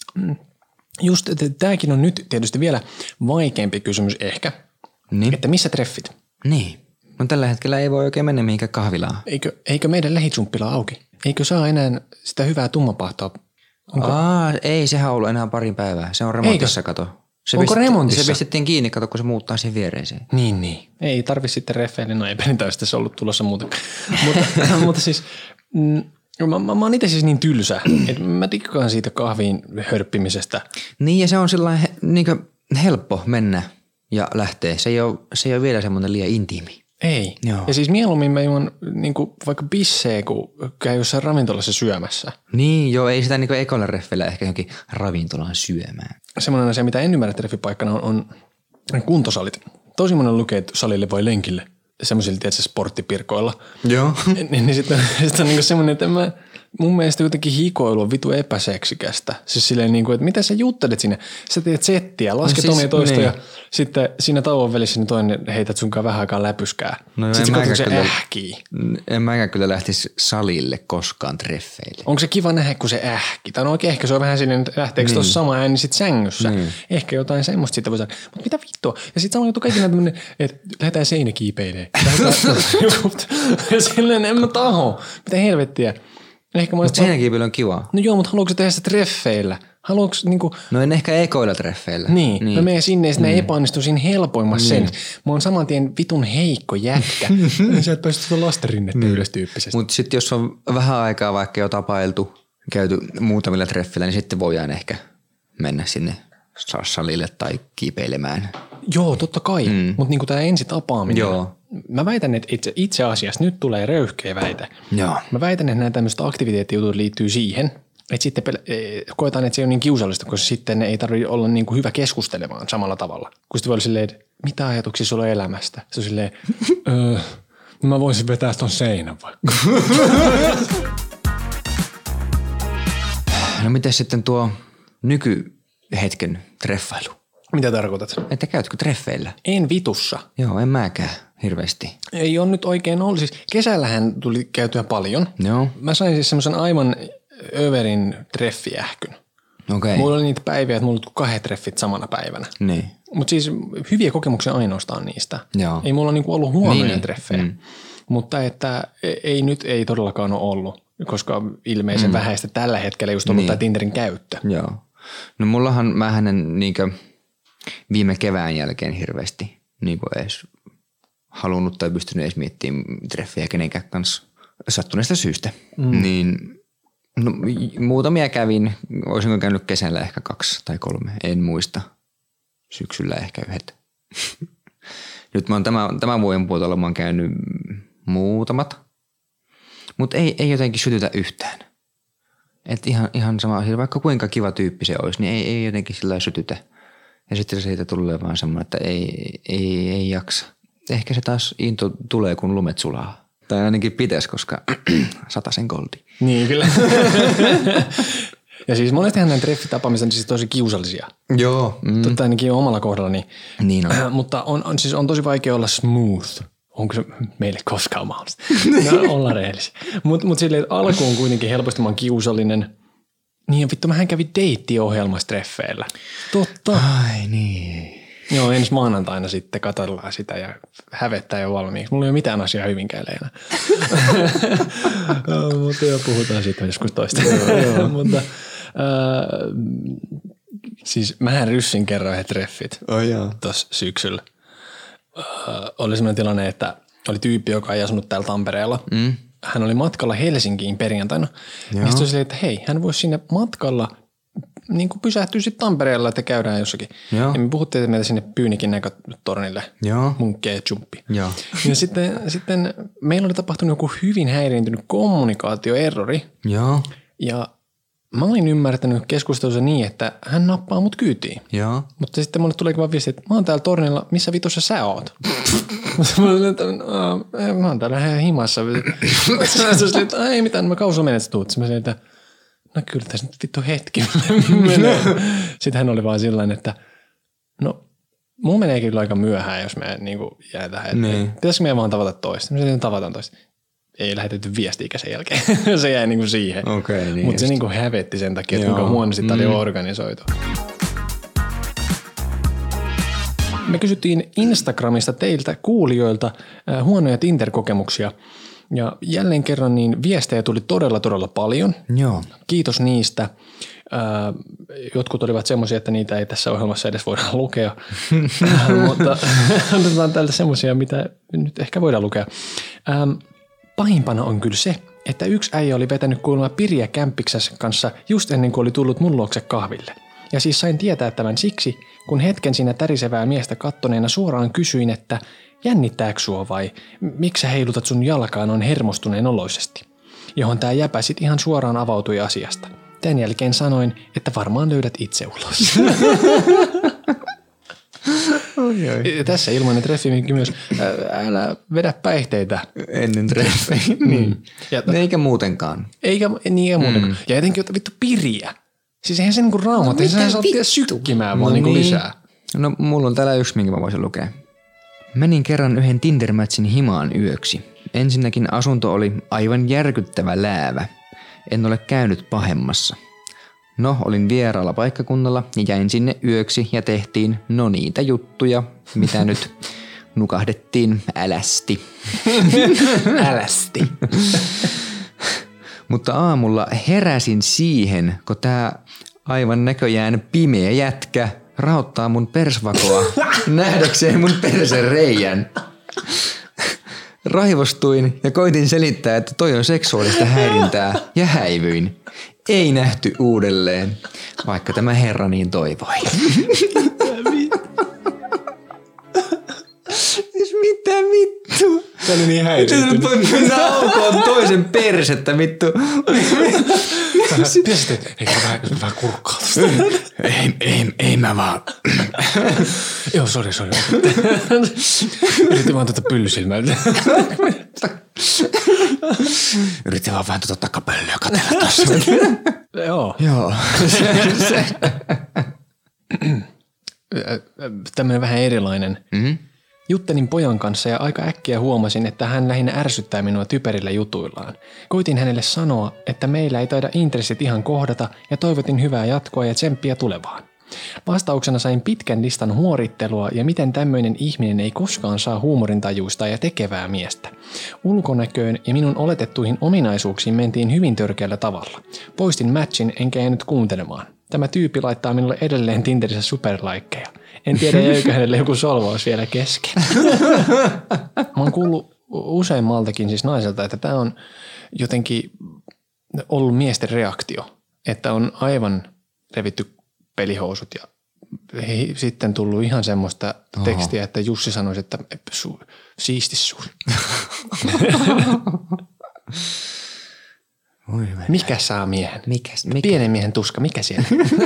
just tämäkin on nyt tietysti vielä vaikeampi kysymys ehkä, Niin. että missä treffit? Niin. No tällä hetkellä ei voi oikein mennä mihinkään kahvilaan. Eikö, eikö meidän lähitsumppila auki? Eikö saa enää sitä hyvää tummapahtoa? Onko? Aa, ei, sehän on ollut enää parin päivää. Se on remontissa, Eikö? Kato. Se Onko pistettiin, remontissa? Se pistettiin kiinni, kato, kun se muuttaa siihen viereiseen. Niin, niin. Ei tarvi sitten reffeille, no ei perintäisesti se ollut tulossa muuta. mutta, mutta siis, mm, mä, mä, mä oon itse siis niin tylsä, että mä tikkaan siitä kahviin hörppimisestä. Niin, ja se on sellainen niin helppo mennä ja lähteä. Se ei ole, se ei ole vielä semmoinen liian intiimi. Ei. Joo. Ja siis mieluummin mä juon niin kuin vaikka bissee, kun käy jossain ravintolassa syömässä. Niin, joo, ei sitä niin ekoilla reffeillä ehkä johonkin ravintolaan syömään. Semmoinen asia, mitä en ymmärrä treffipaikkana on, on kuntosalit. Tosi monen lukee, että salille voi lenkille. Semmoisilla, tietysti sporttipirkoilla. Joo. niin, niin sitten sit on niinku semmoinen, että mä, mun mielestä jotenkin hikoilu on vitu epäseksikästä. Siis silleen niin kuin, että mitä sä juttelet sinne? Sä teet settiä, lasket no siis, omia toista niin. Ja sitten siinä tauon välissä niin toinen heität sunkaan vähän aikaa läpyskää. No sitten en se, se kyllä, ähkii. En mäkään kyllä lähtisi salille koskaan treffeille. Onko se kiva nähdä, kun se ähki? Tai no oikein ehkä se on vähän silleen, että lähteekö niin. tuossa sama ääni sit sängyssä. Niin. Ehkä jotain semmoista sitten voi saada. Mutta mitä vittua? Ja sitten sama juttu kaikki näin tämmöinen, että lähdetään seinäkiipeilemään. Ja silleen en mä taho. Mitä helvettiä. Mutta seinäkiipeily on kiva. No joo, mutta haluatko se tehdä sitä treffeillä? Haluatko niinku... No en ehkä ekoilla treffeillä. Niin, niin. Mä menen sinne ja sitten mm. epäonnistuu siinä helpoimmassa niin. sen. Mä oon saman tien vitun heikko jätkä. Sä et päästä sitä lastarinnetta mm. ylös tyyppisesti. Mutta sitten jos on vähän aikaa vaikka jo tapailtu, käyty muutamilla treffillä, niin sitten voidaan ehkä mennä sinne salille tai kiipeilemään. Joo, totta kai. Mm. Mutta niinku tää ensi tapaaminen. Joo. Mä väitän, että itse, itse asiassa nyt tulee röyhkeä väite. Joo. Mä väitän, että nämä tämmöiset aktiviteettijutut liittyy siihen, että sitten pel- koetaan, että se on niin kiusallista, koska sitten ei tarvitse olla niin kuin hyvä keskustelemaan samalla tavalla. Kun sitten voi olla silleen, että mitä ajatuksia sulla on elämästä? Se on silleen, öö, mä voisin vetää ton seinän vaikka. No miten sitten tuo nykyhetken treffailu? Mitä tarkoitat? Että käytkö treffeillä? En vitussa. Joo, en mäkään hirveästi. Ei ole nyt oikein ollut. Siis kesällähän tuli käytyä paljon. Joo. Mä sain siis semmoisen aivan överin treffiähkyn. Okei. Mulla oli niitä päiviä, että mulla oli kahdet treffit samana päivänä. Niin. Mutta siis hyviä kokemuksia ainoastaan niistä. Joo. Ei mulla niinku ollut huonoja niin. treffejä. Mm. Mutta että ei nyt ei todellakaan ole ollut, koska ilmeisen mm. vähäistä tällä hetkellä just ollut niin. tämä Tinderin käyttö. Joo. No mullahan mä hänen niinkö viime kevään jälkeen hirveästi niinku edes halunnut tai pystynyt edes miettimään treffejä kenenkään kanssa sattuneesta syystä. Mm. Niin no, muutamia kävin, olisinko käynyt kesällä ehkä kaksi tai kolme, en muista. Syksyllä ehkä yhdet. Nyt mä oon tämän, tämän vuoden puolella mä oon käynyt muutamat, mutta ei, ei jotenkin sytytä yhtään. Et ihan, ihan sama, vaikka kuinka kiva tyyppi se olisi, niin ei, ei jotenkin sillä sytytä. Ja sitten siitä tulee vaan semmoinen, että ei, ei, ei jaksa. Ehkä se taas into tulee, kun lumet sulaa. Tai ainakin pitäisi, koska satasen goldi. Niin, kyllä. Ja siis monestihan nämä treffitapaamiset on siis tosi kiusallisia. Joo. Mm. Totta ainakin omalla kohdallani. Niin on. Mutta on, on, siis on tosi vaikea olla smooth. Onko se meille koskaan mahdollista? No, olla rehellisiä. Mutta mut silleen, että alkuun kuitenkin helposti mä oon kiusallinen. Niin vittu, mähän kävin deittiohjelmassa treffeillä. Totta. Ai niin. Joo, ensi maanantaina sitten katsellaan sitä ja hävettää jo valmiiksi. Mulla ei ole mitään asiaa Hyvinkäällä. Mutta jo puhutaan siitä joskus toista. Mutta äh, siis mähän ryssin kerran yhdet treffit oh, tuossa syksyllä. Äh, oli sellainen tilanne, että oli tyyppi, joka ei asunut täällä Tampereella. Mm. Hän oli matkalla Helsinkiin perjantaina. Ja sitten silleen, että hei, hän voisi sinne matkalla niin kuin pysähtyä sitten Tampereella, että käydään jossakin. Joo. Ja me puhuttiin, että meitä sinne Pyynikin näkötornille, munkkeja ja jumppi. Joo. Ja sitten, sitten meillä oli tapahtunut joku hyvin häiriintynyt kommunikaatioerrori. Joo. Ja mä olin ymmärtänyt keskustelussa niin, että hän nappaa mut kyytiin. Joo. Mutta sitten mulle tuleekin vaan viesti, että mä oon täällä tornilla, missä vitussa sä oot? Mä olin, että mä oon täällä himassa. Sitten että ei mitään, mä kauan menet tuut. Mä olin, että no kyllä tässä nyt vittu hetki menee. Sitten hän oli vaan sillain, että no mun menee kyllä aika myöhään, jos me niin jää tähän. Niin. Pitäisikö meidän vaan tavata toista? Me tavataan toista. Ei lähetetty viestiä sen jälkeen. Se jäi niin kuin siihen. Okay, niin mutta se niin kuin hävetti sen takia, että kuinka huonosti tämä mm. oli organisoitu. Me kysyttiin Instagramista teiltä kuulijoilta äh, huonoja Tinder-kokemuksia. Ja jälleen kerran niin viestejä tuli todella, todella paljon. Joo. Kiitos niistä. Äh, jotkut olivat semmoisia, että niitä ei tässä ohjelmassa edes voida lukea. Mutta otetaan täältä semmoisia, mitä nyt ehkä voidaan lukea. Ähm, pahimpana on kyllä se, että yksi äijä oli vetänyt kuulemma Pirja Kämppiksessä kanssa just ennen kuin oli tullut mun luokse kahville. Ja siis sain tietää tämän siksi, kun hetken siinä tärisevää miestä kattoneena suoraan kysyin, että jännittääkö sua vai miksi sä heilutat sun jalkaa noin hermostuneen oloisesti? Johon tää jäpä sit ihan suoraan avautui asiasta. Tämän jälkeen sanoin, että varmaan löydät itse ulos. Oi, oi. Tässä ilmainen treffi myös, älä vedä päihteitä. Ennen treffejä. niin. Ja, eikä muutenkaan. Eikä, niin eikä muutenkaan. Mm. Ja etenkin, että vittu Pirja. Siis eihän se niinku rauhoita, no, sehän saa sykkimään vaan no niinku niin. lisää. No mulla on täällä yksi, minkä mä voisin lukea. Menin kerran yhden Tinder-matchin himaan yöksi. Ensinnäkin asunto oli aivan järkyttävä läävä. En ole käynyt pahemmassa. No, olin vieraalla paikkakunnalla ja jäin sinne yöksi ja tehtiin no niitä juttuja, mitä nyt nukahdettiin älästi. Älästi. Mutta aamulla heräsin siihen, kun tää aivan näköjään pimeä jätkä raottaa mun persvakoa nähdäkseen mun persereijän. Raivostuin ja koitin selittää, että toi on seksuaalista häirintää ja häivyin. Ei nähty uudelleen, vaikka tämä herra niin toivoi. Mitä vittu? Se oli niin häiriintynyt. Mennä aukoon toisen persettä vittu. Pitäisi, että eikä vähän, vähän kurkkaa tuosta. Ei, ei, ei mä vaan. Joo, sori, sori. Yritin vaan tuota pyllysilmältä. Yritin vaan vähän tuota takapöllöä katsella tossa. Joo. Joo. Tämmöinen vähän erilainen. Mm-hmm. Juttelin pojan kanssa ja aika äkkiä huomasin, että hän lähinnä ärsyttää minua typerillä jutuillaan. Koitin hänelle sanoa, että meillä ei taida intressit ihan kohdata ja toivotin hyvää jatkoa ja tsemppiä tulevaan. Vastauksena sain pitkän listan huorittelua ja miten tämmöinen ihminen ei koskaan saa huumorintajuista ja tekevää miestä. Ulkonäköön ja minun oletettuihin ominaisuuksiin mentiin hyvin törkeällä tavalla. Poistin matchin enkä jäänyt kuuntelemaan. Tämä tyyppi laittaa minulle edelleen Tinderissä superlaikkeja. En tiedä, jäykö hänelle joku solvaus vielä kesken. Mä oon kuullut useimmaltakin siis naiselta, että tämä on jotenkin ollut miesten reaktio. Että on aivan revitty pelihousut ja he, sitten tullut ihan semmoista Oho. tekstiä, että Jussi sanoisi, että su, siisti suuri. Mikä saa miehen? Mikä, mikä? Pienen miehen tuska, mikä siellä?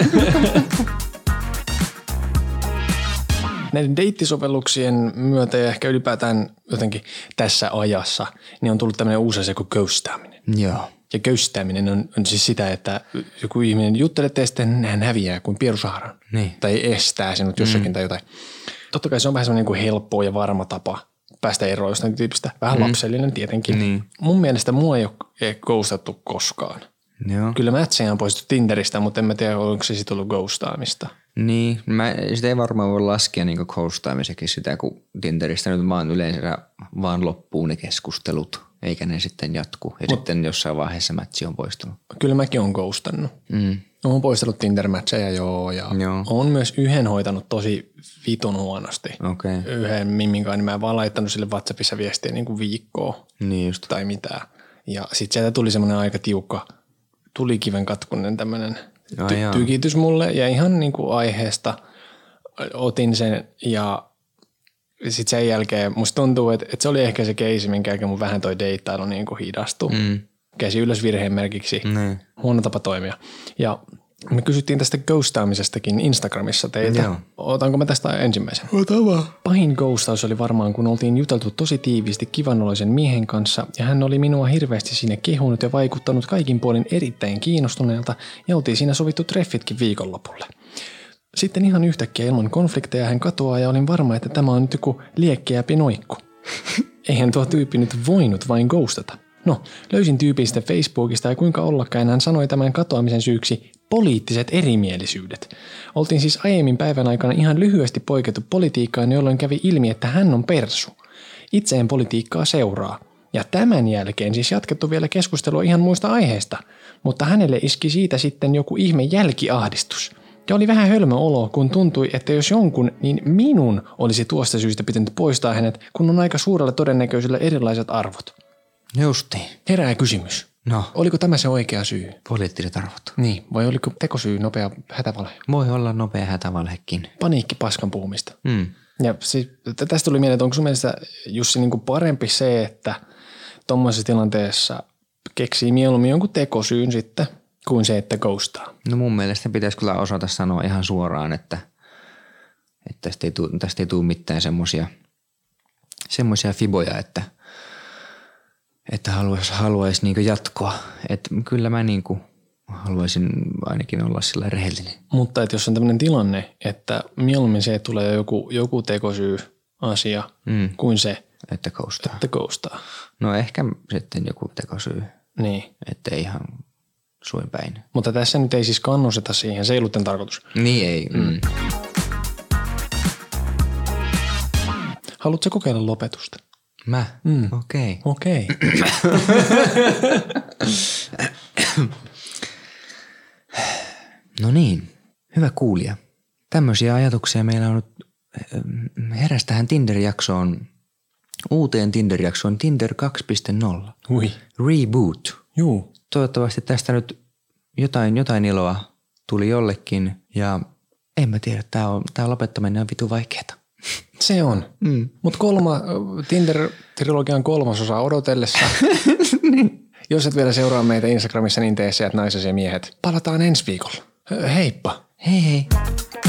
Näiden deittisovelluksien myötä ja ehkä ylipäätään jotenkin tässä ajassa, niin on tullut tämmöinen uusi asia kuin ghostaaminen. Joo. Ja ghostaaminen on, on siis sitä, että joku ihminen juttelee ja sitten hän häviää kuin Pieru Saharan. Niin. Tai estää sinut jossakin mm. tai jotain. Totta kai se on vähän semmoinen kuin helppo ja varma tapa päästä eroon jostain tyypistä. Vähän mm. lapsellinen tietenkin. Niin. Mun mielestä mua ei ole ghostattu koskaan. Joo. Kyllä matcheja on poistettu Tinderistä, mutta en mä tiedä, onko se sitten ollut ghostaamista. Niin, mä, sitä ei varmaan voi laskea niin ghostaamiseksi sitä, kun Tinderistä nyt vaan yleensä vaan loppuu ne keskustelut, eikä ne sitten jatku. Ja Mut, sitten jossain vaiheessa matchi on poistunut. Kyllä mäkin olen ghostannut. Mm. Olen poistellut Tinder-matcheja, joo, ja joo. Olen myös yhden hoitanut tosi vitun huonosti. Okay. Yhden mimminkaan, niin mä en vaan laittanut sille WhatsAppissa viestiä niin kuin viikkoa niin just. Tai mitään. Ja sitten sieltä tuli semmoinen aika tiukka, tulikiven katkunen tämmöinen ty- tykitys mulle ja ihan niin kuin aiheesta otin sen ja sitten sen jälkeen musta tuntuu, että, että se oli ehkä se keisi, minkä jälkeen mun vähän toi deittailu niin kuin hidastui. Mm. Käsi ylös virheen merkiksi. Mm. Huono tapa toimia. Ja me kysyttiin tästä ghostaamisestakin Instagramissa teiltä. Joo. Otanko mä tästä ensimmäisen? Ota vaan. Pahin ghostaus oli varmaan, kun oltiin juteltu tosi tiiviisti kivanoloisen miehen kanssa ja hän oli minua hirveästi siinä kehunut ja vaikuttanut kaikin puolin erittäin kiinnostuneelta ja oltiin siinä sovittu treffitkin viikonlopulle. Sitten ihan yhtäkkiä ilman konflikteja hän katoaa ja olin varma, että tämä on nyt joku liekkeä pinoikku. Eihän tuo tyyppi nyt voinut vain ghostata. No, löysin tyypin sitten Facebookista ja kuinka ollakaan hän sanoi tämän katoamisen syyksi poliittiset erimielisyydet. Oltiin siis aiemmin päivän aikana ihan lyhyesti poikettu politiikkaan, jolloin kävi ilmi, että hän on persu. Itse en politiikkaa seuraa. Ja tämän jälkeen siis jatkettu vielä keskustelua ihan muista aiheista, mutta hänelle iski siitä sitten joku ihme jälkiahdistus. Ja oli vähän hölmö olo, kun tuntui, että jos jonkun, niin minun olisi tuosta syystä pitänyt poistaa hänet, kun on aika suurella todennäköisyydellä erilaiset arvot. Justiin. Herää kysymys. No. Oliko tämä se oikea syy? Poliittiset arvot. Niin, vai oliko tekosyy nopea hätävalhe? Voi olla nopea hätävalhekin. Paniikki paskan puhumista. Mm. Ja siis, tästä tuli mieleen, että onko sun mielestä, Jussi, niin kuin parempi se, että tuommoisessa tilanteessa keksii mieluummin jonkun tekosyyn sitten, kuin se, että ghostaa? No mun mielestä pitäisi kyllä osata sanoa ihan suoraan, että, että tästä ei tule, tästä ei tule mitään semmoisia semmoisia fiboja, että, että haluaisi, haluaisi niin kuin jatkoa. Että kyllä mä niin kuin haluaisin ainakin olla sillä rehellinen. Mutta että jos on tämmöinen tilanne, että mieluummin se tulee joku, joku tekosyy asia mm. kuin se, että ghostaa. Että ghostaa. No ehkä sitten joku tekosyy. Niin. Että ei ihan suin päin. Mutta tässä nyt ei siis kannusteta siihen, se ei ollut tämän tarkoitus. Niin ei. Mm. Mm. Haluatko kokeilla lopetusta? Mä? Mm. Okei. Okay. Okei. Okay. No niin, hyvä kuulija. Tämmöisiä ajatuksia meillä on nyt heräs tähän Tinder-jaksoon, uuteen Tinder-jaksoon Tinder kaksi piste nolla. Ui. Reboot. Juu. Toivottavasti tästä nyt jotain, jotain iloa tuli jollekin ja en mä tiedä, tää, on, tää lopettaminen on vitu vaikeeta. Se on. Mm. Mutta kolma, Tinder-trilogian kolmasosa odotellessa. Niin. Jos et vielä seuraa meitä Instagramissa, niin tee sieltä naiset ja miehet. Palataan ensi viikolla. Heippa. Hei hei.